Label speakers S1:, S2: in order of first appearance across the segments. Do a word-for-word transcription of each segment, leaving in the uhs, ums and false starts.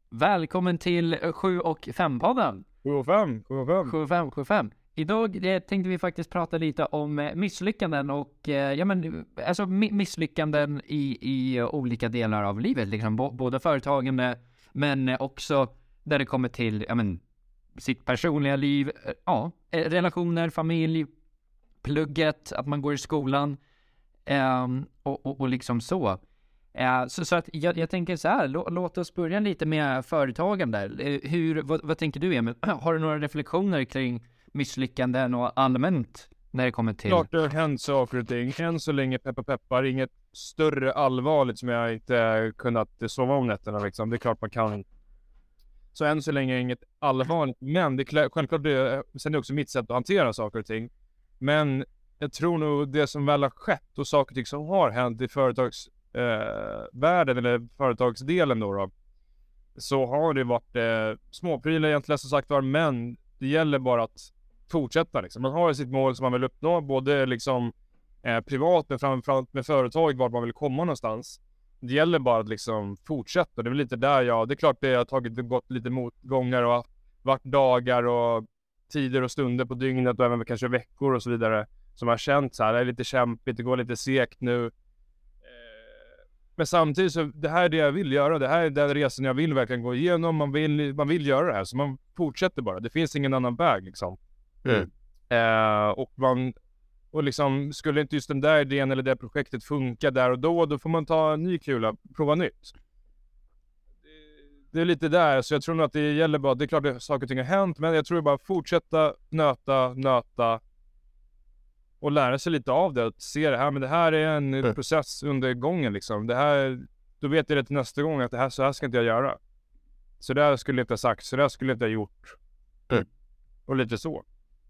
S1: Välkommen till sju och fem-podden.
S2: sju och fem, sju och fem.
S1: sju och fem, sju och fem. Idag eh, tänkte vi faktiskt prata lite om eh, misslyckanden och eh, ja, men, alltså, mi- misslyckanden i, i uh, olika delar av livet. Liksom, B- både företagande men eh, också där det kommer till ja, men, sitt personliga liv, eh, ja, eh, relationer, familj, plugget, att man går i skolan eh, och, och, och liksom så. Uh, så, så att jag, jag tänker så här, lå, låt oss börja lite med företagande. Uh, hur, vad, vad tänker du, Emil? Har du några reflektioner kring misslyckanden och allmänt när det kommer till...
S2: Klart det har hänt saker och ting. Än så länge, peppar peppar, inget större allvarligt som jag inte kunnat sova om nätterna liksom. Det är klart man kan. Så än så länge inget allvarligt. Men det är självklart, det, sen är det också mitt sätt att hantera saker och ting. Men jag tror nog det som väl har skett och saker och ting som har hänt i företags Eh, världen eller företagsdelen då, då så har det varit eh, småprylar egentligen som sagt var, men det gäller bara att fortsätta liksom. Man har sitt mål som man vill uppnå, både liksom eh, privat men framförallt med företag, vart man vill komma någonstans. Det gäller bara att liksom fortsätta. Det är väl lite där jag, det är klart det har tagit gått lite motgångar och varit dagar och tider och stunder på dygnet och även kanske veckor och så vidare som har känt så här, det är lite kämpigt, det går lite segt nu. Men samtidigt så, det här är det jag vill göra. Det här är den resan jag vill verkligen gå igenom. Man vill, man vill göra det här. Så man fortsätter bara. Det finns ingen annan väg liksom. Mm. Eh, och man, och liksom, skulle inte just den där idén eller det projektet funka där och då, då får man ta en ny kula, prova nytt. Det, det är lite där. Så jag tror nog att det gäller bara, det är klart att saker och ting har hänt. Men jag tror bara fortsätta nöta, nöta. Och lära sig lite av det och se det här, men det här är en mm. process under gången liksom. Det här, då vet jag det till nästa gång att det här, så här ska inte jag göra. Så det här skulle jag inte ha sagt, så det här skulle jag inte ha gjort. Mm. Och lite så.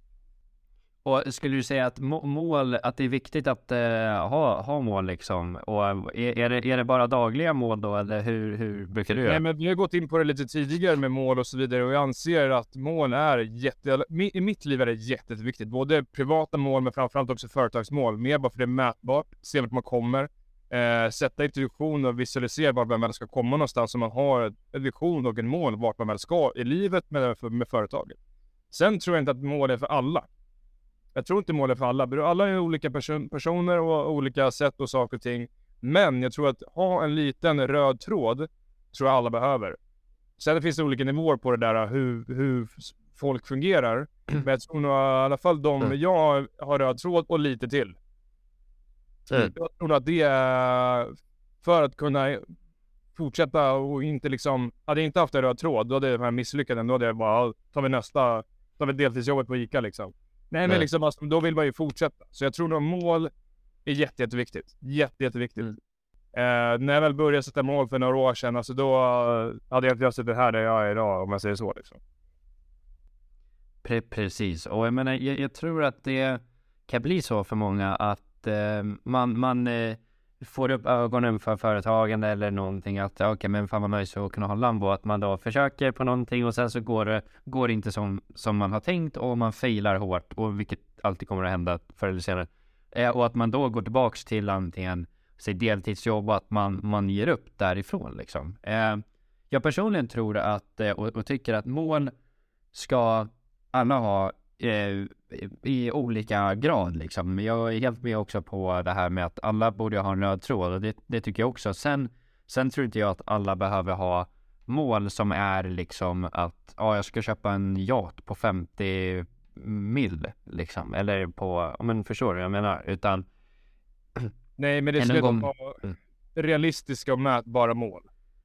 S1: Och skulle du säga att må- mål, att det är viktigt att uh, ha, ha mål liksom? Och är, är, det, är det bara dagliga mål då, eller hur, hur brukar du göra?
S2: Nej, men vi har gått in på det lite tidigare med mål och så vidare, och jag anser att mål är jätte, i mitt liv är det jätteviktigt, både privata mål men framförallt också företagsmål, mer bara för det är mätbart, se vart man kommer, eh, sätta ett vision och visualisera vart man väl ska komma någonstans, så man har en vision och en mål vart man väl ska i livet med, med företaget. Sen tror jag inte att mål är för alla. Jag tror inte mål är för alla. Alla är olika person- personer och olika sätt och saker och ting. Men jag tror att ha en liten röd tråd tror jag alla behöver. Sen finns det olika nivåer på det där hur, hur folk fungerar. Men jag tror nog i alla fall de jag har röd tråd och lite till. Mm. Jag tror att det är för att kunna fortsätta och inte liksom, hade jag inte haft en röd tråd, då hade jag misslyckats. Då hade jag bara, tar vi nästa, tar vi deltidsjobbet på ICA liksom. Nej, men liksom, alltså, då vill man ju fortsätta. Så jag tror att mål är jätte, jätteviktigt. Jätte, jätteviktigt. Mm. Eh, när jag väl började sätta mål för några år sedan, alltså då hade jag inte suttit här där jag är idag, om jag säger så liksom.
S1: Pre- precis. Och jag menar, jag, jag tror att det kan bli så för många att eh, man, man eh, får upp ögonen för företagande eller någonting, att okej, okay, men fan vad nice att kunna ha Lambo, att man då försöker på någonting och sen så går det går inte som, som man har tänkt och man failar hårt, och vilket alltid kommer att hända förr eller senare, eh, och att man då går tillbaks till antingen sig deltidsjobb och att man, man ger upp därifrån liksom. Eh, jag personligen tror att eh, och, och tycker att mål ska alla ha eh, i olika grad liksom. Jag är helt med också på det här med att alla borde ha en röd tråd, och det, det tycker jag också. Sen, sen tror inte jag att alla behöver ha mål som är liksom att ja, jag ska köpa en yacht på femtio mil liksom, eller på, ja, men förstår du jag menar, utan
S2: nej, men det ska gång... vara realistiska och mätbara mål.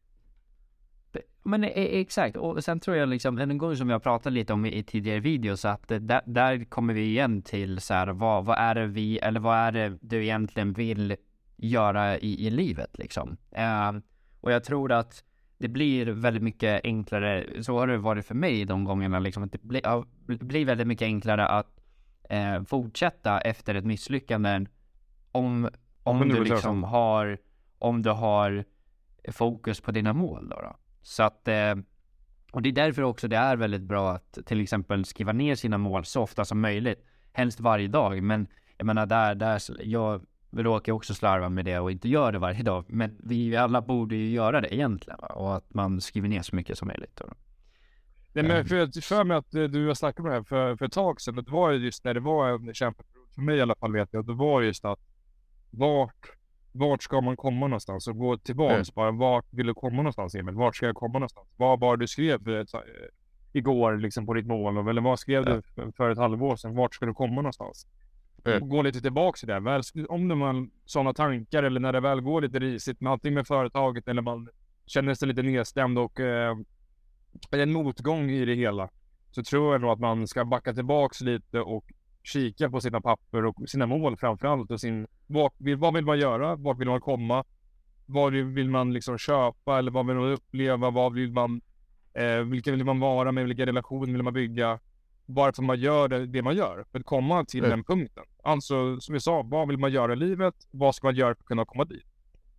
S1: Men exakt, och sen tror jag liksom, en gång som jag pratade lite om i tidigare videos, att där, där kommer vi igen till så här, vad, vad är det vi, eller vad är det du egentligen vill göra i, i livet liksom. Uh, och jag tror att det blir väldigt mycket enklare, så har det varit för mig de gångerna liksom, att det blir, uh, blir väldigt mycket enklare att uh, fortsätta efter ett misslyckande om, om du liksom har, om du har fokus på dina mål då, då. Så att, och det är därför också det är väldigt bra att till exempel skriva ner sina mål så ofta som möjligt, helst varje dag. Men jag menar där, där jag vi råkar också slarva med det och inte gör det varje dag. Men vi alla borde ju göra det egentligen. Va? Och att man skriver ner så mycket som möjligt. Då.
S2: Nej, men för, för mig att du har snackat med det här för, för ett tag sedan. Det var just när det var en kämpeperiod, för mig i alla fall vet jag. Det var just att vart, vart ska man komma någonstans? Och gå tillbaka mm. bara, vart vill du komma någonstans Emil? Vart ska jag komma någonstans? Vad var du skrev för, så, igår liksom på ditt mål? Eller vad skrev ja. du för, för ett halvår sedan? Vart ska du komma någonstans? Mm. Gå lite tillbaka till det. Väl, om det man sådana tankar eller när det väl går lite risigt med allting med företaget eller man känner sig lite nedstämd och eh, en motgång i det hela, så tror jag nog att man ska backa tillbaks lite och kika på sina papper och sina mål framförallt och sin, vad vill, vad vill man göra, vart vill man komma, vad vill man liksom köpa eller vad vill man uppleva, vad vill man eh, vilka vill man vara med, vilka relationer vill man bygga, varför man gör det, det man gör för att komma till mm. den punkten. Alltså som vi sa, vad vill man göra i livet, vad ska man göra för att kunna komma dit.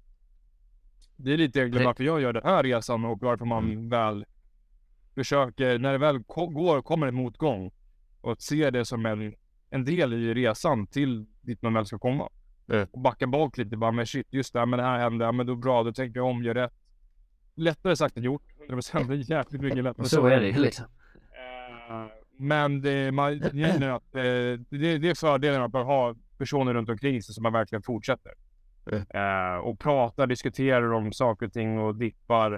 S2: Det är lite egentligen varför jag gör den här resan och varför man mm. väl försöker, när det väl går, kommer en motgång och se det som en, en del i resan till dit man väl ska komma. Mm. Och backa bak lite bara, men shit, just det, men det här hände, men då bra, då tänker jag om, gör rätt. Lättare sagt än gjort, hundra procent, det är jäkligt mycket lättare.
S1: Så är det liksom.
S2: Uh, men det, man, det, att, uh, det, det är fördelen att man har personer runt omkring sig som man verkligen fortsätter. Mm. Uh, och pratar, diskuterar om saker och ting och dippar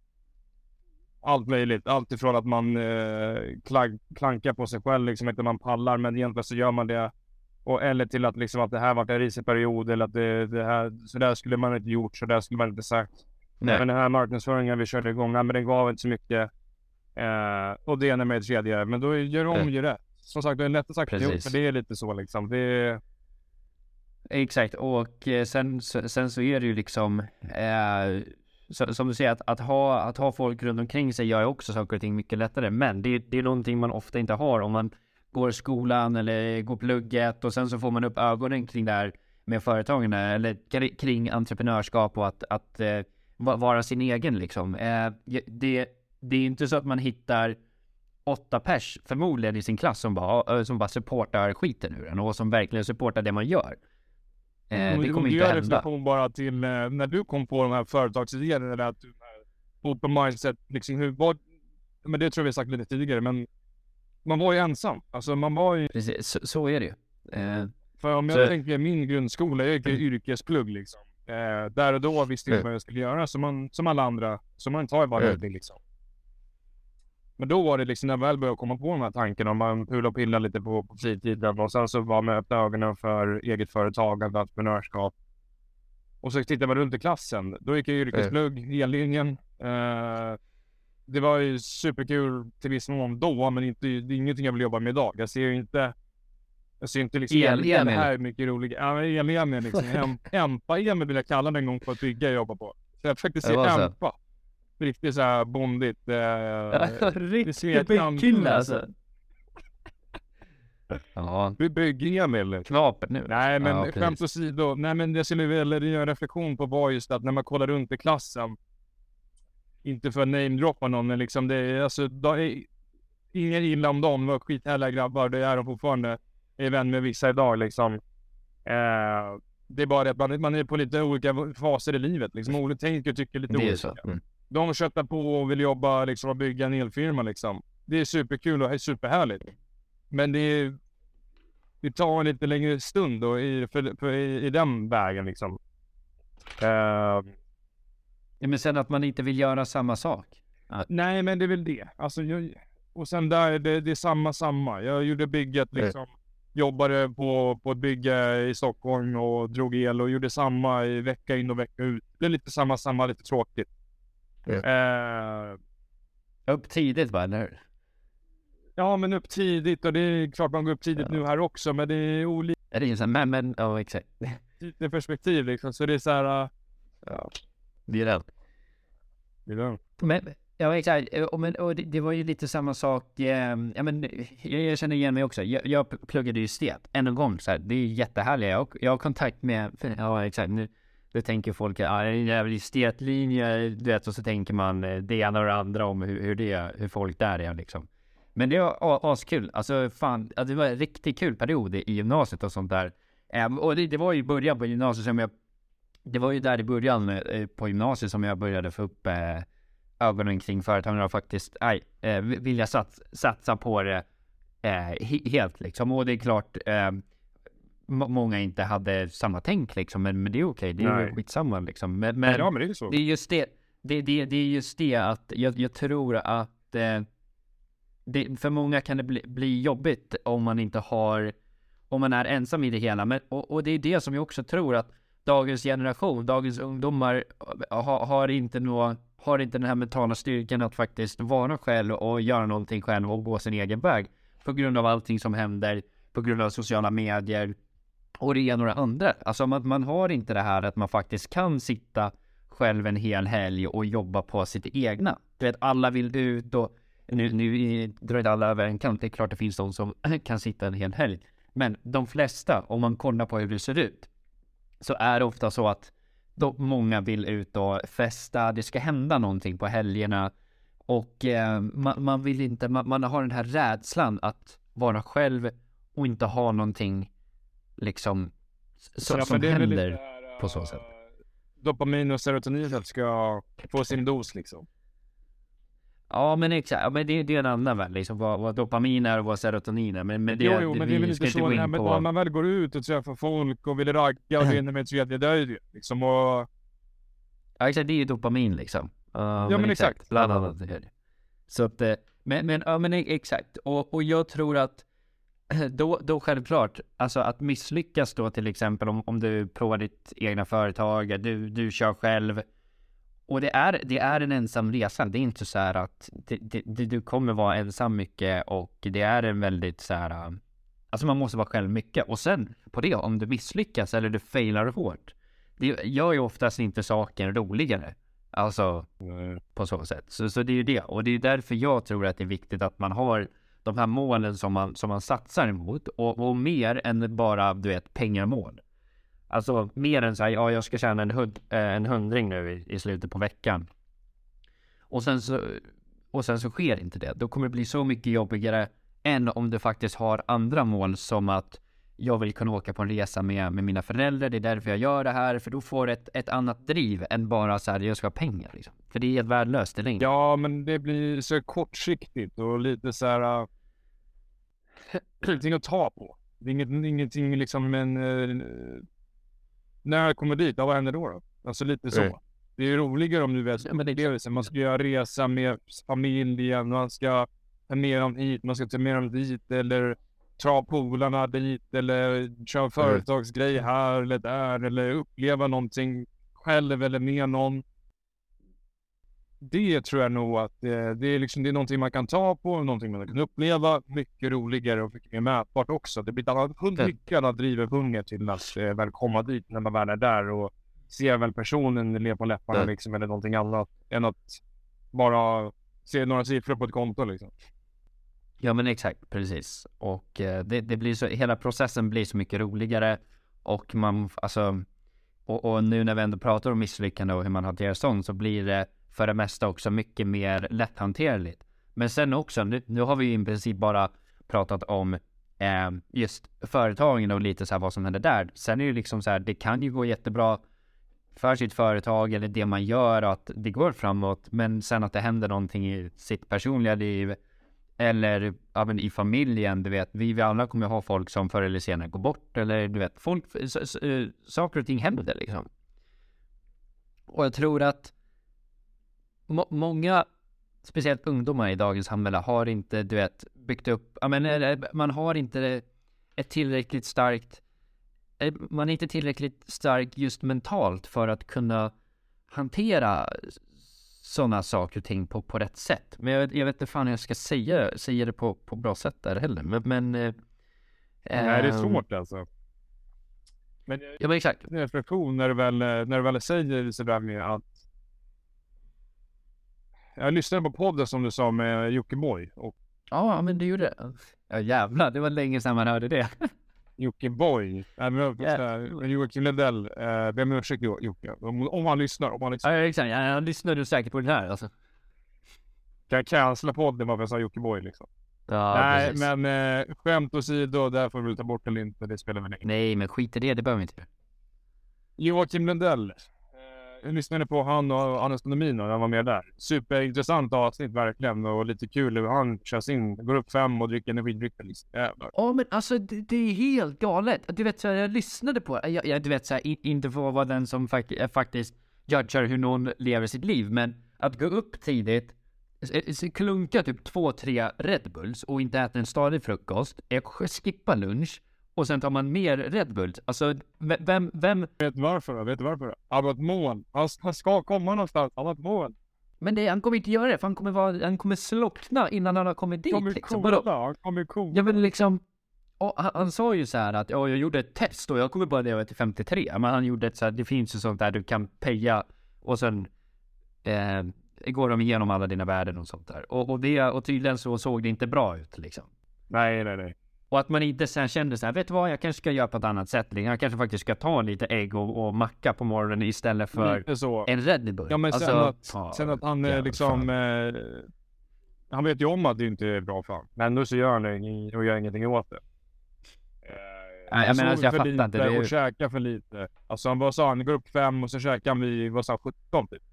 S2: allt möjligt, allt ifrån att man eh, klank, klankar på sig själv liksom, inte man pallar, men egentligen så gör man det, och eller till att liksom att det här var en risig period eller att det, det här, så där skulle man inte gjort, så där skulle man inte sagt. Nej. Men den här marknadsföringen vi körde igång, men den gav inte så mycket eh, och det ena med det tredje, men då gör om ju rätt. Som sagt, det är lätt sagt, jo, för det är lite så liksom, det är...
S1: Exakt, och sen, sen så är det ju liksom eh, så, som du säger, att, att, ha, att ha folk runt omkring sig gör också saker och ting mycket lättare. Men det, det är någonting man ofta inte har om man går i skolan eller går plugget och sen så får man upp ögonen kring det här med företagen eller kring entreprenörskap och att, att eh, vara sin egen liksom. Eh, det, det är inte så att man hittar åtta pers förmodligen i sin klass som bara, som bara supportar skiten ur den och som verkligen supportar det man gör. Eh, det kommer inte hända.
S2: Jag kom bara till eh, när du kom på de här företagsidéerna eller att du här open mindset liksom, hur var, men det tror jag vi sagt lite tidigare, men man var ju ensam, alltså man var ju...
S1: Precis, så, så är det ju. Eh,
S2: för om jag så... tänker min grundskola, jag gick ju yrkesplugg liksom. Eh, där och då visste jag mm. vad jag skulle göra, som, man, som alla andra, som man tar ju bara mm. liksom. Men då var det liksom när jag väl började komma på de här tankarna och man pulade och pillade lite på, på fritiden och sen så var man öppna ögonen för eget företagande, entreprenörskap. Och så tittade man runt i klassen. Då gick jag yrkesplugg, mm. ellinjen. Eh, det var ju superkul till viss mån då, men inte, det är ingenting jag vill jobba med idag. Jag ser ju inte, jag ser inte liksom
S1: el, el,
S2: det här är mycket roligt. Ja, el-Emil liksom. Empa-Emil vill jag kalla den gång på att bygga jag jobbar på. Så jag försökte se Empa. Riktigt såhär bondigt. Eh,
S1: ja, riktigt byggkille alltså. Ja.
S2: Vi bygger Emil.
S1: Knapert nu.
S2: Nej men ja, skämt åsido. Nej men det skulle väl göra en reflektion på var just att när man kollar runt i klassen. Inte för att namedroppa någon men liksom det är alltså. Då är, ingen illa om dem. Var skithärliga grabbar. Det är de fortfarande. Är vän med vissa idag liksom. Eh, det är bara det att man, man är på lite olika faser i livet. Liksom olika tänker och tycker lite olika. Så. Mm. De köttar på och vill jobba liksom och bygga en elfirma liksom. Det är superkul och är superhärligt. Men det är, det tar en lite längre stund då i, för, för, i, i den vägen liksom. Uh,
S1: ja, men sen att man inte vill göra samma sak.
S2: Att... Nej, men det är väl det. Alltså, jag, och sen där, det, det är samma, samma. Jag gjorde bygget liksom. Mm. Jobbade på, på ett bygge i Stockholm och drog el och gjorde samma i vecka in och vecka ut. Det är lite samma, samma, lite tråkigt.
S1: Mm. Uh, upp tidigt bara, eller?
S2: Ja, men upp tidigt och det är klart man går upp tidigt ja. nu här också, men det är olika.
S1: Är det ju så här, men, men, ja oh, exakt.
S2: Lite perspektiv liksom, så det är så här, uh,
S1: ja, det är det.
S2: Det är det.
S1: Men, ja exakt, och, men, och det, det var ju lite samma sak, eh, ja men jag, jag känner igen mig också, jag, jag pluggade ju stet en gång så här, det är jättehärligt, jag, jag har kontakt med, ja exakt, nu då tänker folk, ja det är en jävligt stetlinje, du vet, och så tänker man det ena och det andra om hur, hur det är, hur folk där är liksom. Men det var askul, alltså fan, det var en riktigt kul period i gymnasiet och sånt där. Eh, och det, det var ju i början på gymnasiet som jag, det var ju där i början eh, på gymnasiet som jag började få upp eh, ögonen kring företagen och faktiskt aj, eh, vilja sats, satsa på det eh, helt liksom. Och det är klart, eh, många inte hade samma tänk liksom, men, men det är okej, det är
S2: Nej.
S1: ju skitsamma liksom. Men, men,
S2: Ja, men det är så.
S1: det är just det, det, det, det är just det att jag, jag tror att eh, det, för många kan det bli, bli jobbigt om man inte har, om man är ensam i det hela. Men, och, och det är det som jag också tror att dagens generation, dagens ungdomar ha, har inte nå, har inte den här mentala styrkan att faktiskt vara själv och göra någonting själv och gå sin egen väg. På grund av allting som händer, på grund av sociala medier och det ena och det andra. Alltså man, man har inte det här att man faktiskt kan sitta själv en hel helg och jobba på sitt egna. Du vet, alla vill ut och nu, nu drar inte alla över en kant. Det är klart det finns de som kan sitta en hel helg. Men de flesta, om man kollar på hur det ser ut, så är det ofta så att de, många vill ut och festa. Det ska hända någonting på helgerna. Och eh, man, man vill inte, man, man har den här rädslan att vara själv och inte ha någonting liksom så,
S2: Ja,
S1: som
S2: men det är väl
S1: händer
S2: lite här,
S1: på så sätt.
S2: Dopamin och serotonin ska få sin dos liksom.
S1: Ja, men exakt. Ja, men det, det är en annan väl, liksom vad, vad dopamin är och vad serotonin är. Men, men det,
S2: Jo, jo,
S1: det,
S2: men
S1: vi
S2: det är väl
S1: ska
S2: inte
S1: inte
S2: så
S1: gå
S2: när
S1: in på...
S2: man, man väl går ut och träffar folk och vill ragga och det är med tredje, det är ju det liksom. Och...
S1: Ja, exakt, det är ju dopamin liksom. Uh,
S2: ja, men, men exakt.
S1: Bland annat det är. Så att, men, men, ja, men exakt. Och, och jag tror att då, då självklart, alltså att misslyckas då till exempel om, om du provar ditt egna företag, du, du kör själv. Och det är, det är en ensam resa. Det är inte så här att det, det, det, du kommer vara ensam mycket och det är en väldigt så här, alltså man måste vara själv mycket. Och sen på det, om du misslyckas eller du failar hårt, det gör ju oftast inte saken roligare. Alltså mm. på så sätt. Så, så det är ju det. Och det är därför jag tror att det är viktigt att man har de här målen som man, som man satsar emot. Och, och mer än bara, du vet, pengamål. Alltså mer än så här, ja jag ska tjäna en, hund, äh, en hundring nu i, i slutet på veckan. Och sen, så, och sen så sker inte det. Då kommer det bli så mycket jobbigare än om du faktiskt har andra mål som att jag vill kunna åka på en resa med, med mina föräldrar. Det är därför jag gör det här. För då får det ett, ett annat driv än bara så här, jag ska ha pengar liksom. För det är helt värdelöst i längden.
S2: Ja, men det blir så kortsiktigt och lite så här... Äh, ingenting att ta på. Det är inget, ingenting liksom, men... Äh, när jag kommer dit, ja, vad händer då då? Alltså lite så. Mm. Det är ju roligare om du vet ja, men det är man ska göra resa med familjen, man ska ta med dem hit, man ska ta med dem dit eller ta polarna dit eller köra en företagsgrej här eller där eller uppleva någonting själv eller med någon. Det tror jag nog att det, det är liksom det är någonting man kan ta på, någonting man kan uppleva, mycket roligare och mycket mer mätbart också. Det blir ett mycket annat driver hunger till att eh, väl komma dit när man väl är där och ser väl personen le på läpparna mm. liksom, eller någonting annat än att bara se några siffror på ett konto liksom.
S1: Ja men exakt, precis. Och eh, det, det blir så, hela processen blir så mycket roligare och man, alltså och, och nu när vi ändå pratar om misslyckande och hur man hanterar sånt så blir det för det mesta också mycket mer lätthanterligt. Men sen också, nu, nu har vi ju i princip bara pratat om eh, just företagen och lite så här vad som händer där. Sen är det ju liksom så här, det kan ju gå jättebra för sitt företag eller det man gör att det går framåt. Men sen att det händer någonting i sitt personliga liv eller även i familjen, du vet, vi, vi alla kommer ha folk som förr eller senare går bort eller du vet, folk, s- s- saker och ting händer liksom. Och jag tror att må- många, speciellt ungdomar i dagens samhälle har inte, du vet, byggt upp, ja men man har inte ett tillräckligt starkt, man är inte tillräckligt stark just mentalt för att kunna hantera sådana saker och ting på, på rätt sätt. Men jag, jag vet inte fan hur jag ska säga, säga det på, på bra sätt där heller. Men, men eh,
S2: nej, det är svårt alltså. Men,
S1: ja, men exakt.
S2: Det är reflektion när du väl, när du väl säger sådär med att jag lyssnade på podden som du sa med Jockiboi. Och...
S1: ja, men det gjorde det. Ja, jävlar, det var länge sedan man hörde det.
S2: Jockiboi. Äh,
S1: yeah.
S2: Joakim Lundell. Eh, vem ursäkt Jocke? Om, om han lyssnar. Om han lyssnar.
S1: Ja, exakt. Ja, han lyssnar du säkert på den här alltså.
S2: Kan jag cancella podden varför jag sa Jockiboi liksom?
S1: Ja,
S2: Nej,
S1: precis.
S2: men eh, skämt åsido, där får vi väl ta bort eller inte, det spelar väl ingen.
S1: Nej, men skit i det, det behöver vi inte.
S2: Joakim Lundell. Jag lyssnade på han och anastomin när han var med där. Superintressant avsnitt verkligen och lite kul hur han kör sin, går upp fem och dricker energidrycker liksom. Jävlar.
S1: Ja, men alltså det, det är helt galet. Du vet så här, jag lyssnade på jag, jag, du vet så här, in, inte för att vara den som fakt- faktiskt judgar hur någon lever sitt liv, men att gå upp tidigt, s- s- klunka typ två, tre Red Bulls och inte äta en stadig frukost, skippa lunch och sen tar man mer Red Bulls. Alltså v- vem, vem
S2: Vet du varför då? Vet du varför då? Han har ett mål. Han, han ska komma någonstans. Han har ett mål.
S1: men det, han kommer inte göra det, för han kommer, vara, han kommer slockna innan han har kommit dit.
S2: Kommer
S1: Liksom.
S2: coola.
S1: Vadå?
S2: Han kommer coola.
S1: Jag vill liksom, och han, han sa ju så här att ja, jag gjorde ett test och jag kommer bara leva till femtiotre. Men han gjorde ett så här, det finns ju sånt där du kan peja och sen eh, går de igenom alla dina värden och sånt där. Och, och, det, och tydligen så såg det inte bra ut liksom.
S2: Nej, nej, nej.
S1: Och att man inte sen kände så här, vet du vad, jag kanske ska göra på ett annat sätt. Jag kanske faktiskt ska ta lite ägg och, och macka på morgonen istället för
S2: Lite så.
S1: en Red Bull.
S2: Ja, men sen,
S1: alltså,
S2: att,
S1: ja,
S2: sen att han eh,
S1: jävlar,
S2: liksom...
S1: fan.
S2: Eh, han vet ju om att det inte är bra för honom. Men nu så gör han det och gör ingenting åt det. Eh,
S1: Nej, jag menar, alltså, jag
S2: för
S1: fattar
S2: lite
S1: inte, det är ju-
S2: och käkar för lite. Alltså han bara sa, han går upp fem och så käkar han vid, vad sa han, sjutton typ.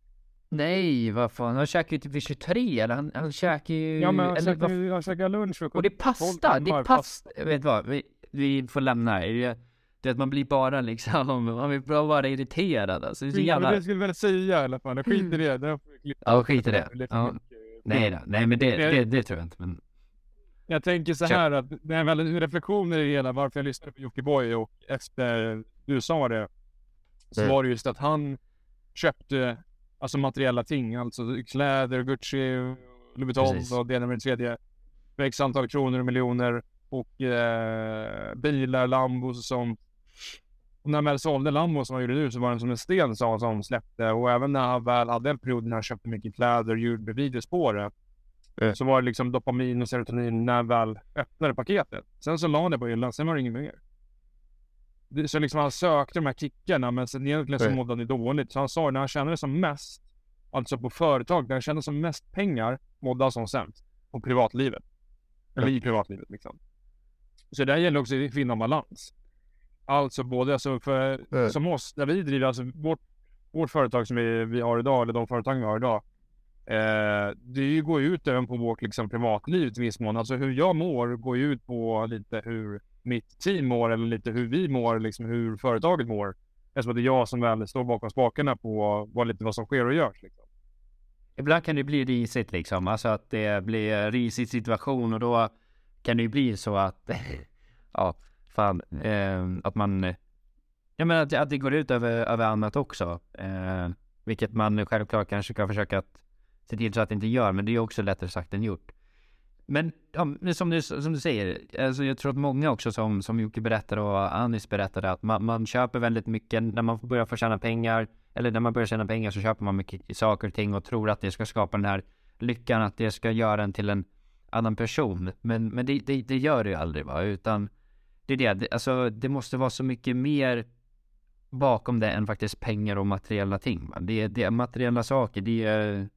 S1: Nej, vad fan, han käkar ju typ vid tjugotre, eller han, han käkar ju...
S2: Ja men han
S1: eller,
S2: käkar,
S1: vad
S2: ju- han käkar lunch för
S1: Och det är pasta,
S2: tolv
S1: det är
S2: timmar,
S1: pasta. Vet du vad, vi, vi får lämna det. Det- Det att man blir bara liksom, man blir bara vara irriterad alltså. Det är så
S2: Ja, men
S1: jävla...
S2: det skulle väl säga i alla fall. Skit i det. det får vi klippa.
S1: Ja, skit i det.
S2: är för
S1: Ja.
S2: mycket.
S1: Nej då, nej men det, det, det tror jag inte, men...
S2: Jag tänker så här att det är väl en reflektion i det hela varför jag lyssnade på Jockiboi och efter du sa det så
S1: Mm.
S2: var det just att han köpte alltså materiella ting, alltså kläder, Gucci, Louis Vuitton
S1: Precis.
S2: och det ena med det tredje för x antal kronor och miljoner och eh, bilar, Lambos och sånt. Och när han väl sålde Lambo som han gjorde nu så var den som en sten sa som släppte och även när han väl hade en period när han köpte mycket kläder och gjorde videos på det
S1: Mm.
S2: så var det liksom dopamin och serotonin när han väl öppnade paketet. Sen så la han det på hyllan, sen var det inget mer. Det, så liksom han sökte de här kickarna men sen egentligen så
S1: Mm.
S2: mådde han ju dåligt. Så han sa när han tjänade som mest, alltså på företag, när han tjänade som mest pengar mådde han som sämst på privatlivet. Eller i privatlivet liksom. Så det gäller också att finna balans. Alltså både alltså för,
S1: Mm.
S2: som oss, när vi driver, alltså vårt, vårt företag som vi, vi har idag, eller de företag vi har idag. Eh, det går ju ut även på vårt liksom, privatliv till viss mån. Alltså hur jag mår går ju ut på lite hur mitt team mår eller lite hur vi mår, liksom hur företaget mår. Eftersom det är jag som väl står bakom spakarna på vad, lite vad som sker och görs. Liksom.
S1: Ibland kan det bli risigt liksom, alltså att det blir risig situation och då kan det ju bli så att, ja, fan, eh, att man, jag menar att, att det går ut över, över annat också. Eh, vilket man självklart kanske kan försöka att se till så att det inte gör, men det är också lättare sagt än gjort. Men ja, men som, du, som du säger, alltså jag tror att många också som, som Jocke berättade och Anis berättade att man, man köper väldigt mycket när man börjar få tjäna pengar, eller när man börjar tjäna pengar så köper man mycket saker och ting och tror att det ska skapa den här lyckan, att det ska göra en till en annan person. Men, men det, det, det gör det ju aldrig, va? Utan det är det, det, alltså det måste vara så mycket mer bakom det än faktiskt pengar och materiella ting, va? Det, det är materiella saker, det är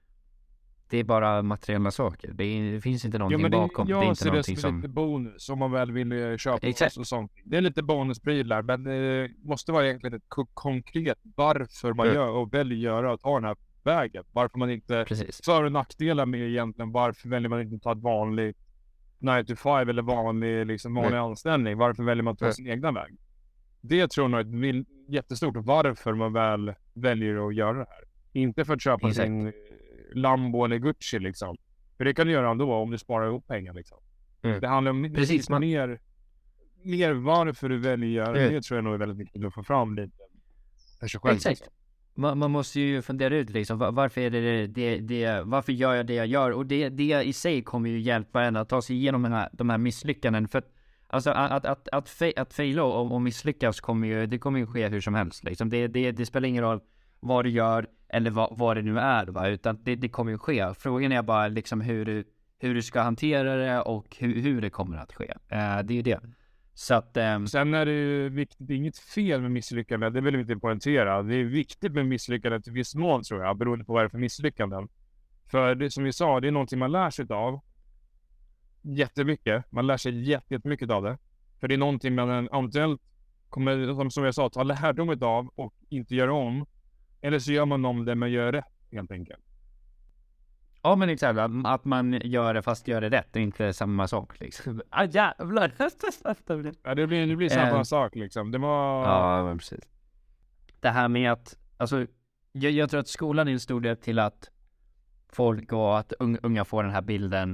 S1: det är bara materiella saker. Det, är, det finns inte någonting
S2: det,
S1: bakom.
S2: Jag
S1: det är inte
S2: ser det
S1: någonting
S2: som
S1: som...
S2: lite bonus om man väl vill eh, köpa
S1: Exakt.
S2: och sånt. Det är lite bonusprylar men det måste vara egentligen ett ko- konkret varför man
S1: Mm.
S2: gör och väljer göra och ta den här vägen. Varför man inte,
S1: Precis.
S2: för- och nackdelar med egentligen, varför väljer man inte att ta ett vanligt nine to five eller vanlig, liksom, vanlig
S1: Mm.
S2: anställning? Varför väljer man att ta
S1: Mm.
S2: sin egna väg? Det tror jag är ett vil- jättestort varför man väl väljer att göra det här. Inte för att köpa
S1: Exakt.
S2: sin eh, Lambo eller Gucci liksom. För det kan du göra ändå om du sparar ihop pengar liksom.
S1: Mm.
S2: Det handlar om
S1: Precis, man-
S2: mer, mer varför du väljer att göra
S1: Mm.
S2: det. tror jag nog är väldigt viktigt att få fram lite för sig själv.
S1: Exakt. Man, man måste ju fundera ut liksom, var, varför är det, det, det varför gör jag det jag gör? Och det, det i sig kommer ju hjälpa en att ta sig igenom den här, de här misslyckanden. För att, alltså att, att, att, att, fe, att faila och, och misslyckas kommer ju, det kommer ju ske hur som helst liksom. Det, det, det spelar ingen roll vad du gör eller vad, vad det nu är, va? Utan det, det kommer ju ske. Frågan är bara liksom hur du, hur du ska hantera det och hur, hur det kommer att ske. Uh, det är ju det. Så att... Um...
S2: Sen är det ju viktigt, det är inget fel med misslyckande, det vill vi inte poängtera. Det är viktigt med misslyckande till viss mån tror jag, beroende på vad det är för misslyckanden. För det som vi sa, det är någonting man lär sig av. jättemycket. Man lär sig jätte, jättemycket av det. För det är någonting man eventuellt kommer, som, som jag sa, ta lärdom av och inte göra om. Eller så gör man om det men gör rätt helt enkelt.
S1: Ja, men exakt. Att man gör det fast gör det rätt. Det är inte samma sak liksom. Ah, jävlar.
S2: Ja, det blir, det blir samma
S1: Eh.
S2: sak liksom. Det var...
S1: Ja, men precis. Det här med att, alltså, jag, jag tror att skolan är en stor del till att folk och att unga får den här bilden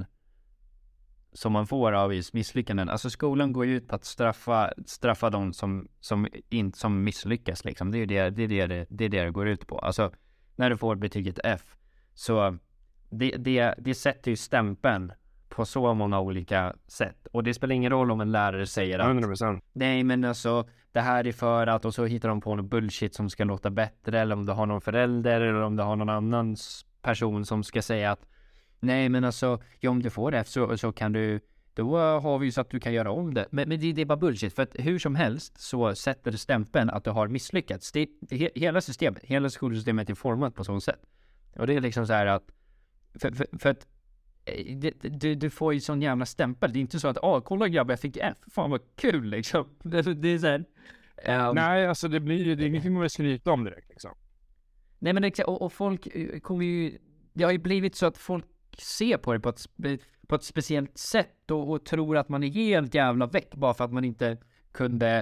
S1: som man får av just misslyckanden. Alltså skolan går ju ut på att straffa, straffa de som, som, inte, som misslyckas liksom. Det är det det, är det, det, det är det det går ut på. Alltså, när du får betyget F, så det, det, det sätter ju stämpeln på så många olika sätt. Och det spelar ingen roll om en lärare säger att
S2: hundra procent.
S1: nej, men alltså det här är för att, och så hittar de på någon bullshit som ska låta bättre, eller om du har någon förälder eller om du har någon annan person som ska säga att nej, men alltså ja, om du får F så, så kan du, då har vi ju så att du kan göra om det. Men, men det, det är bara bullshit, för att hur som helst så sätter det stämpeln att du har misslyckats. Det, det, hela systemet, hela skolsystemet är format på sånt sätt. Och det är liksom så här att för, för, för att det, du, du får ju sån jävla stämpel. Det är inte så att, ah, kolla grabbar, jag fick F. Fan vad kul liksom. Det, det är så här, um,
S2: nej, alltså det blir ju, det är ingenting man vill skryta om direkt liksom.
S1: Nej, men exakt, och, och folk kommer ju, det har ju blivit så att folk ser på det på ett, på ett speciellt sätt och, och tror att man är helt jävla väck bara för att man inte kunde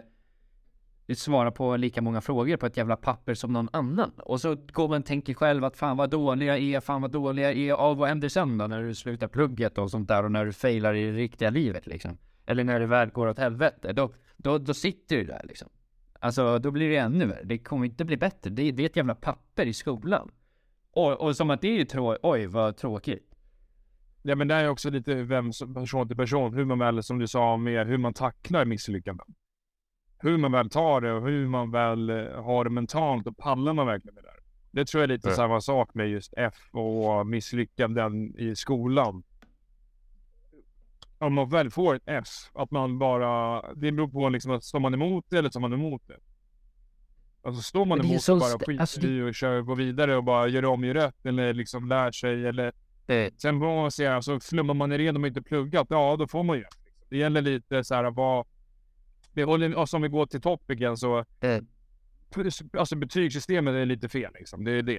S1: svara på lika många frågor på ett jävla papper som någon annan. Och så går man och tänker själv att fan vad dåliga är, fan vad dåliga är, ja, vad händer sen då när du slutar plugget och sånt där, och när du failar i det riktiga livet liksom. Eller när det väl går åt helvete, då, då, då sitter du där liksom. Alltså då blir det ännu värre, det kommer inte bli bättre, det, det är ett jävla papper i skolan. Och, och som att det är trå- oj vad tråkigt.
S2: Ja, men det är också lite vem som, person till person, hur man väl, som du sa, med hur man tacklar misslyckanden. Hur man väl tar det och hur man väl har det mentalt och pallar man verkligen med det där. Det tror jag är lite
S1: Mm.
S2: samma sak med just F och misslyckanden i skolan. Om man väl får ett F, att man bara, det beror på liksom att står man emot det eller står man emot det. Alltså står man
S1: Men det är
S2: emot
S1: så
S2: bara
S1: st-
S2: skiter
S1: alltså det-
S2: i och kör, går vidare och bara gör om i rätt eller liksom lär sig eller
S1: Det,
S2: sen vad man säger, så flummar man är redo och inte pluggat, ja då får man ju. Det gäller lite så här vad, det håller, och som vi går till topiken så,
S1: det,
S2: alltså betygssystemet är lite fel liksom, det är det.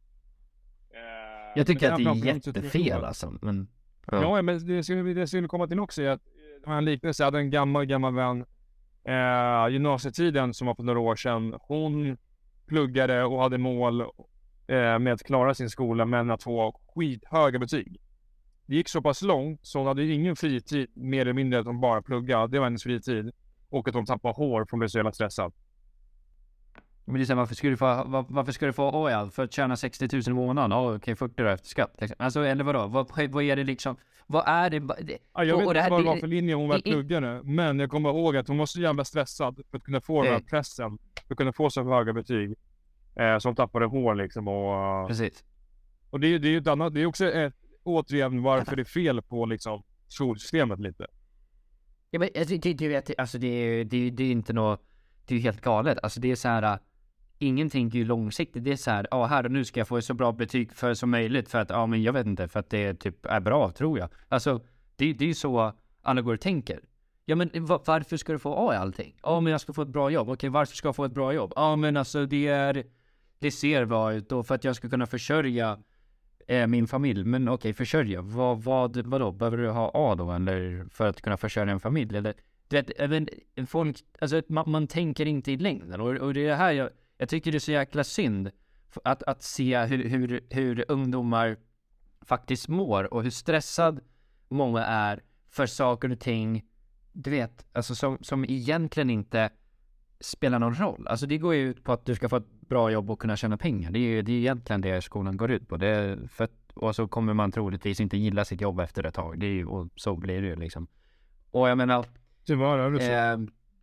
S1: jag tycker
S2: Men
S1: att det är
S2: framförallt
S1: jättefel alltså, men
S2: ja, ja men det skulle det skulle komma till också är att man liknelse hade en gammal gammal vän eh, gymnasietiden som var för några år sedan. Hon pluggade och hade mål eh, med att klara sin skola men att få skithöga betyg. Det gick så pass långt så hon hade ingen fritid, mer eller mindre att hon bara pluggade. Det var hennes fritid. Och att hon tappade hår för hon blev så jävla stressad.
S1: men det är så här, varför ska du få, var, varför ska du få oj, för att tjäna sextio tusen i månaden? Ja, okej, fyrtio då efter skatt liksom. Alltså, eller vadå? Vad, vad är det liksom? Vad är det? det
S2: Ja, jag
S1: och,
S2: vet
S1: och det
S2: inte
S1: här,
S2: vad det
S1: det-
S2: var för linje hon väl
S1: i- i-
S2: pluggade. Men jag kommer ihåg att hon var så jävla stressad för att kunna få den här
S1: Eh.
S2: pressen. För att kunna få så höga betyg. Eh, som tappade hår liksom. Och,
S1: Precis.
S2: och det, är- det är ju ett annat, det är också ett, återigen varför det är fel på liksom skolsystemet lite.
S1: Ja, men alltså, det, du vet, alltså det är det, det är inte något, det är ju helt galet. Alltså det är så här, ingenting är ju långsiktigt. Det är så här, ja, här och nu ska jag få ett så bra betyg för som möjligt för att, ja, men jag vet inte, för att det typ är bra, tror jag. Alltså det, det är ju så alla går och tänker. Ja, men va- varför ska du få A i allting? Ja, men jag ska få ett bra jobb. Okej, varför ska jag få ett bra jobb? Ja, men alltså det är, det ser bra ut då för att jag ska kunna försörja eh, min familj. Men okej, försörja. Vad, vad, vadå? Behöver du ha A då? Eller för att kunna försörja en familj? Eller, du vet, även folk, alltså man, man tänker inte i längden. Och, och det är det här jag, jag tycker det är så jäkla synd. Att, att se hur, hur, hur ungdomar faktiskt mår och hur stressad många är för saker och ting, du vet, alltså som, som egentligen inte spelar någon roll. Alltså det går ju ut på att du ska få ett bra jobb och kunna tjäna pengar. Det är ju det är egentligen det skolan går ut på. Det är för att, och så kommer man troligtvis inte gilla sitt jobb efter ett tag. Det är ju, och så blir det ju liksom. Och jag menar,
S2: Tyvärr är det så.
S1: eh,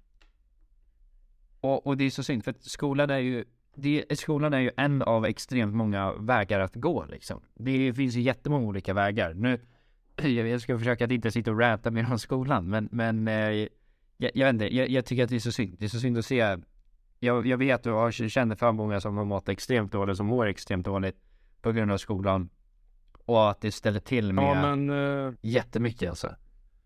S1: och, och det är så synd, för att skolan är ju det, skolan är ju en av extremt många vägar att gå liksom. Det finns ju jättemånga olika vägar. Nu, jag ska försöka att inte sitta och räta mer om skolan, men, men eh, jag, jag vet inte, jag, jag tycker att det är så synd. Det är så synd att se. Jag, jag vet och jag känner för många som har mått extremt dåligt, som mår extremt dåligt på grund av skolan. Och att det ställer till med
S2: Ja men, eh,
S1: jättemycket alltså.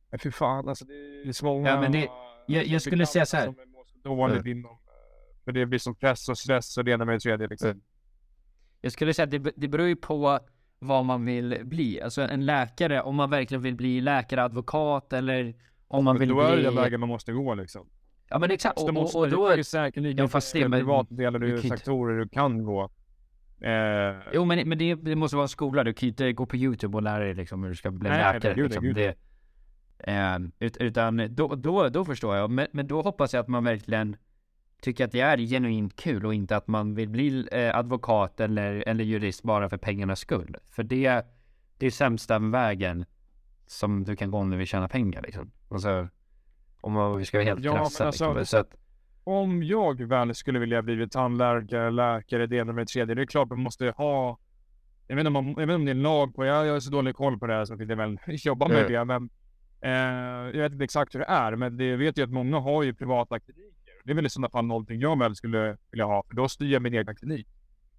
S2: Men fy fan, alltså det är så många...
S1: Ja, men det, jag, jag skulle säga så här.
S2: Som mår så dåligt
S1: Mm.
S2: inom, för det blir som press och stress och det ena med det tredje liksom.
S1: Mm. Jag skulle säga att det, det beror ju på vad man vill bli. Alltså en läkare, om man verkligen vill bli läkare, advokat eller om man vill
S2: Då är det
S1: bli...
S2: den vägen man måste gå liksom.
S1: Ja, men exakt.
S2: Och,
S1: Och,
S2: måste,
S1: och, och då...
S2: det är säkerligen
S1: Ja, fast det-
S2: det,
S1: men-
S2: privat delar
S1: du
S2: du
S1: kan inte-
S2: sektorer du kan gå. Eh,
S1: Jo, men, men det, det måste vara en skola. Du kan ju inte gå på YouTube och lära dig liksom hur du ska bli
S2: Nej,
S1: läkare.
S2: nej, gud,
S1: liksom.
S2: gud.
S1: Det, eh, ut, utan då, då, då förstår jag. Men, men då hoppas jag att man verkligen tycker att det är genuint kul och inte att man vill bli eh, advokat eller, eller jurist bara för pengarnas skull. För det, det är sämsta vägen som du kan gå om du vill tjäna pengar liksom. Alltså, om man, vi ska vara helt
S2: Ja, men
S1: krassa
S2: alltså-
S1: liksom. Så att,
S2: om jag väl skulle vilja bli tandläkare, läkare, det ena med det tredje, det är klart man måste ha... Jag vet inte om, man, jag vet inte om det är en lag på, jag, jag har så dålig koll på det här så att jag väl jobbar med
S1: Mm.
S2: det, men eh, jag vet inte exakt hur det är, men det vet ju att många har ju privata kliniker. Det är väl i sådana fall någonting jag väl skulle vilja ha, för då styr jag min egen klinik.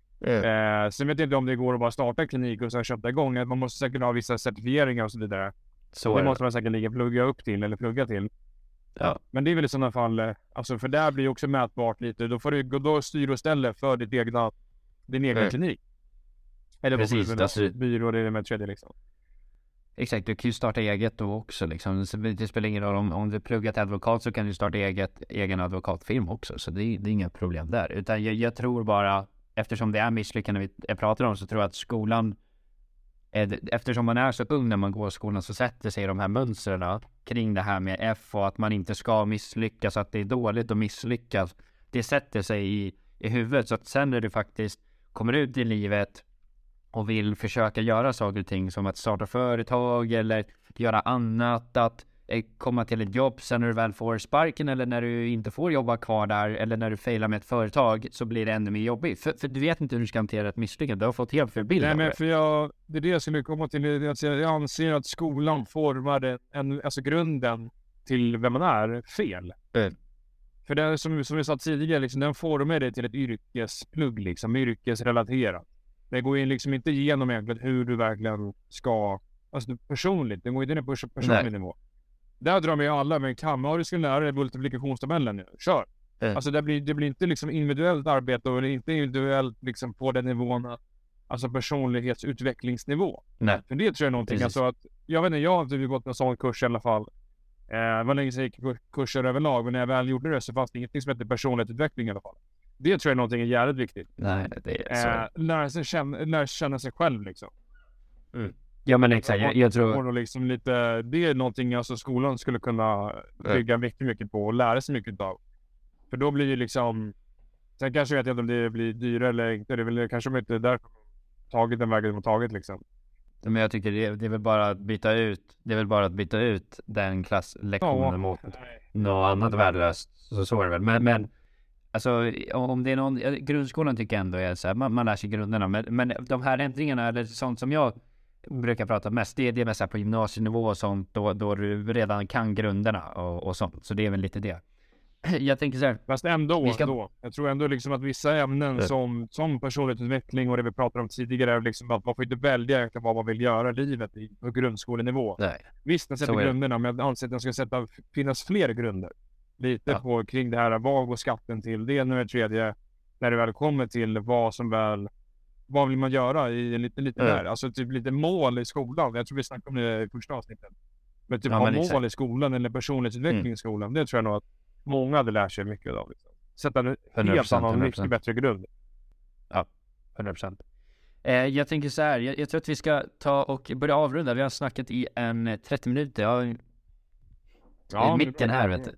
S1: mm.
S2: Eh, sen vet jag inte om det går att bara starta en klinik och sen köpa igång. Man måste säkert ha vissa certifieringar och så vidare.
S1: Så
S2: det
S1: är det.
S2: måste man säkert ligga plugga upp till eller plugga till.
S1: Ja.
S2: Men det är väl i sådana fall, eh, alltså för där blir ju också mätbart lite. Då får du gå då styr och ställa för ditt egna, din egen
S1: Mm.
S2: klinik. Eller vad
S1: Precis,
S2: får du
S1: alltså-
S2: byrå det är med tredje liksom.
S1: Exakt, du kan ju starta eget då också liksom. Så det spelar ingen roll om, om du pluggar till advokat så kan du starta eget, egen advokatfirma också. Så det, är- det är inga problem där. Utan jag, jag tror bara, eftersom det är misslyckande vi jag pratar om, så tror jag att skolan, är, eftersom man är så ung när man går i skolan, så sätter sig de här mönstren kring det här med F och att man inte ska misslyckas, att det är dåligt att misslyckas. Det sätter sig i, i huvudet, så att sen när du faktiskt kommer ut i livet och vill försöka göra saker och ting som att starta företag eller göra annat, att eh, komma till ett jobb sen när du väl får sparken eller när du inte får jobba kvar där eller när du failar med ett företag, så blir det ännu mer jobbigt. För, för du vet inte hur du ska hantera ett misslyckande. Du har fått helt fel bild
S2: Nej
S1: av
S2: men
S1: det.
S2: för jag, det är det jag skulle komma till. det är att Jag anser att skolan formar en, alltså grunden till vem man är fel.
S1: Mm.
S2: För det är som, som vi sa tidigare, liksom, den formar det till ett yrkesplugg, liksom, yrkesrelaterat. Det går ju liksom inte igenom egentligen hur du verkligen ska, alltså personligt, det går inte ner på personlig
S1: Nej.
S2: nivå. Där drar man ju alla med en kam. Ja, du ska lära dig multiplikationstabellen nu. Kör!
S1: Mm.
S2: Alltså det blir, det blir inte liksom individuellt arbete och det är inte individuellt liksom på den nivån, alltså personlighetsutvecklingsnivå.
S1: Nej.
S2: För det tror jag är någonting,
S1: Precis.
S2: alltså att, jag vet inte, jag har inte gått en sån kurs i alla fall. Eh, det var länge sedan jag gick kurser överlag, men när jag väl gjorde det så fanns det ingenting som heter personlighetsutveckling i alla fall. Det tror jag är någonting jävligt viktigt.
S1: Nej, det är så.
S2: Eh, lära, sig känna, lära sig känna sig själv liksom.
S1: Ja men exakt, jag, jag tror...
S2: Och liksom lite, det är någonting alltså skolan skulle kunna bygga mycket, mycket på och lära sig mycket av. För då blir det liksom, sen kanske jag vet inte om det blir dyrare eller inte, det är väl kanske inte därför tagit den vägen de har tagit liksom.
S1: Men jag tycker det, det är väl bara att byta ut, det är väl bara att byta ut den klasslektionen
S2: Ja,
S1: mot
S2: nej.
S1: något annat värdelöst. Så så är det väl. Men, men alltså om det är någon, grundskolan tycker jag ändå är så här, man, man lär sig grunderna. Men, men de här ändringarna eller sånt som jag brukar prata mest, det är det mest här på gymnasienivå och sånt, då, då du redan kan grunderna och, och sånt. Så det är väl lite det. Jag tänker så här.
S2: Fast ändå,
S1: Vi ska-
S2: ändå. Jag tror ändå liksom att vissa ämnen
S1: Ja.
S2: som, som personlighetsutveckling och det vi pratade om tidigare är liksom att man får inte välja egentligen vad man vill göra i livet i, på grundskolenivå.
S1: Nej.
S2: Visst, den sätter
S1: Så är det.
S2: grunderna, men jag anser att den ska sätta, finnas fler grunder. Lite
S1: Ja.
S2: på kring det här, vad går skatten till? Det är nu det tredje, när det väl kommer till vad som väl, vad vill man göra i lite, lite
S1: Mm.
S2: där? Alltså typ lite mål i skolan. Jag tror vi snackade om det i första avsnittet. Men typ
S1: Ja,
S2: ha
S1: men
S2: mål
S1: exakt.
S2: i skolan eller personlighetsutveckling
S1: Mm.
S2: i skolan. Det tror jag nog att många hade lärt sig mycket av. Liksom. Sätta en
S1: hundra
S2: helt
S1: procent,
S2: annan,
S1: hundra
S2: mycket
S1: procent.
S2: bättre grund.
S1: hundra procent. Eh, jag tänker så här, jag, jag tror att vi ska ta och börja avrunda. Vi har snackat i en eh, trettio minuter. Jag har
S2: Ja,
S1: i
S2: men
S1: mitten
S2: det är
S1: här
S2: bra.
S1: vet du.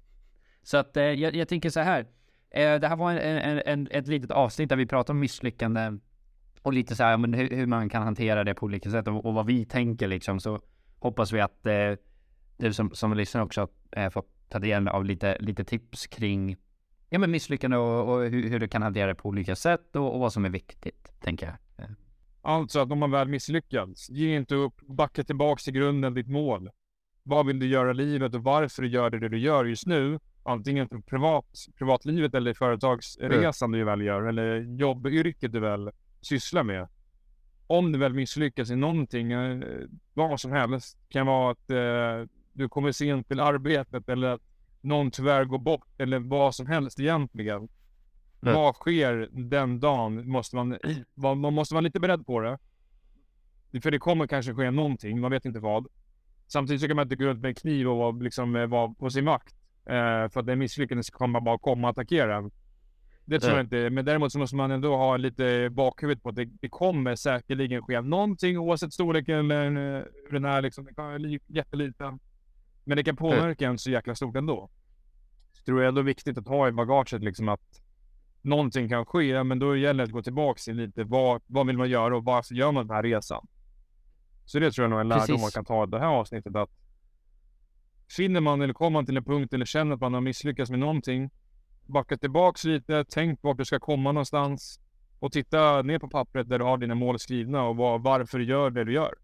S1: Så att eh, jag, jag tänker så här. Eh, det här var en, en, en, ett litet avsnitt där vi pratar om misslyckanden och lite så här, men hur, hur man kan hantera det på olika sätt och, och vad vi tänker liksom. Så hoppas vi att eh, du som, som lyssnar också eh, får ta del av lite, lite tips kring ja, men misslyckande och, och hur, hur du kan hantera det på olika sätt och, och vad som är viktigt, tänker jag. Eh,
S2: Alltså att om man väl misslyckats, ge inte upp, backa tillbaks till grunden, ditt mål. Vad vill du göra i livet och varför du gör det, det du gör just nu? Antingen för privat, privatlivet eller företagsresan du väl gör eller jobbyrket du väl sysslar med. Om du väl misslyckas i någonting, eh, vad som helst, kan vara att eh, du kommer sent till arbetet eller att någon tyvärr går bort eller vad som helst egentligen. Mm. Vad sker den dagen? Måste man, man måste vara lite beredd på det. För det kommer kanske ske någonting, man vet inte vad. Samtidigt så kan man inte gå runt med en kniv och vara, liksom, vara på sin makt. Eh, för att den misslyckades kommer bara komma och attackera en. Det tror
S1: Mm.
S2: jag inte. Men däremot så måste man ändå ha lite bakhuvud på att det, det kommer säkerligen ske någonting oavsett storleken eller hur den är liksom. Det kan vara jätteliten. Men det kan påverka en så jäkla stort ändå. Så jag tror det är ändå viktigt att ha i bagaget liksom att någonting kan ske, men då gäller det att gå tillbaka till lite vad, vad vill man göra och varför gör man den här resan. Så det tror jag nog är en lärdom man kan ta i det här avsnittet, att finner man eller kommer man till en punkt eller känner att man har misslyckats med någonting, backa tillbaks lite, tänk vart du ska komma någonstans och titta ner på pappret där du har dina mål skrivna och var, varför du gör det du gör.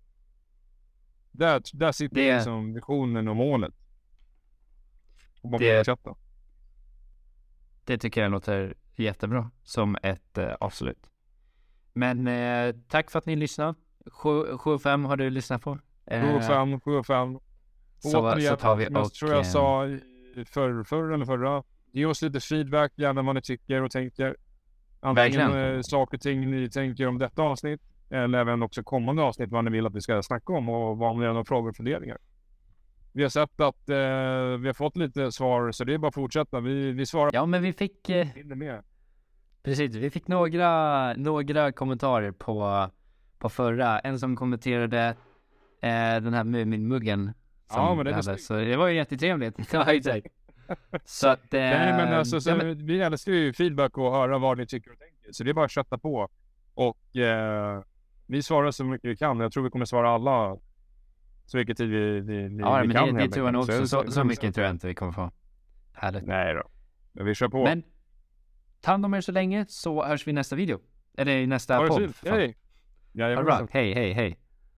S2: Där, där sitter
S1: det...
S2: liksom visionen och målet. Och
S1: det...
S2: Chatta.
S1: det tycker jag låter jättebra som ett eh, avslut. Men eh, tack för att ni lyssnade. sju och fem har du lyssnat på?
S2: sju och fem, sju och fem.
S1: Så, så tar vi och...
S2: Jag tror jag sa för, förr eller förra. Ge oss lite feedback, gärna vad ni tycker och tänker. Antingen äh, saker och ting ni tänker om detta avsnitt. Eller även också kommande avsnitt, vad ni vill att vi ska snacka om. Och vad ni har några frågor och funderingar. Vi har sett att eh, vi har fått lite svar, så det är bara att fortsätta. Vi, vi svarar.
S1: Ja, men vi fick... Eh... Precis, vi fick några, några kommentarer på, på förra. En som kommenterade eh, den här Mumin-muggen.
S2: Ja, men det,
S1: hade, så det var ju jättetrevligt. Så att... Eh,
S2: Nej, men alltså, så,
S1: ja, men...
S2: vi älskar ju feedback och höra vad ni tycker och tänker. Så det är bara att chatta på. Och eh, vi svarar så mycket vi kan. Jag tror vi kommer svara alla så mycket tid vi, vi, vi,
S1: ja,
S2: vi
S1: men
S2: kan.
S1: Det, det tror jag nog också. Så, så, så mycket
S2: så.
S1: tror jag inte vi kommer få. Härligt.
S2: Nej då. Men vi kör på.
S1: Men ta hand om er så länge, så hörs vi i nästa video. Eller i nästa podd.
S2: Hej.
S1: Ja, bra. Hej, hej, hej.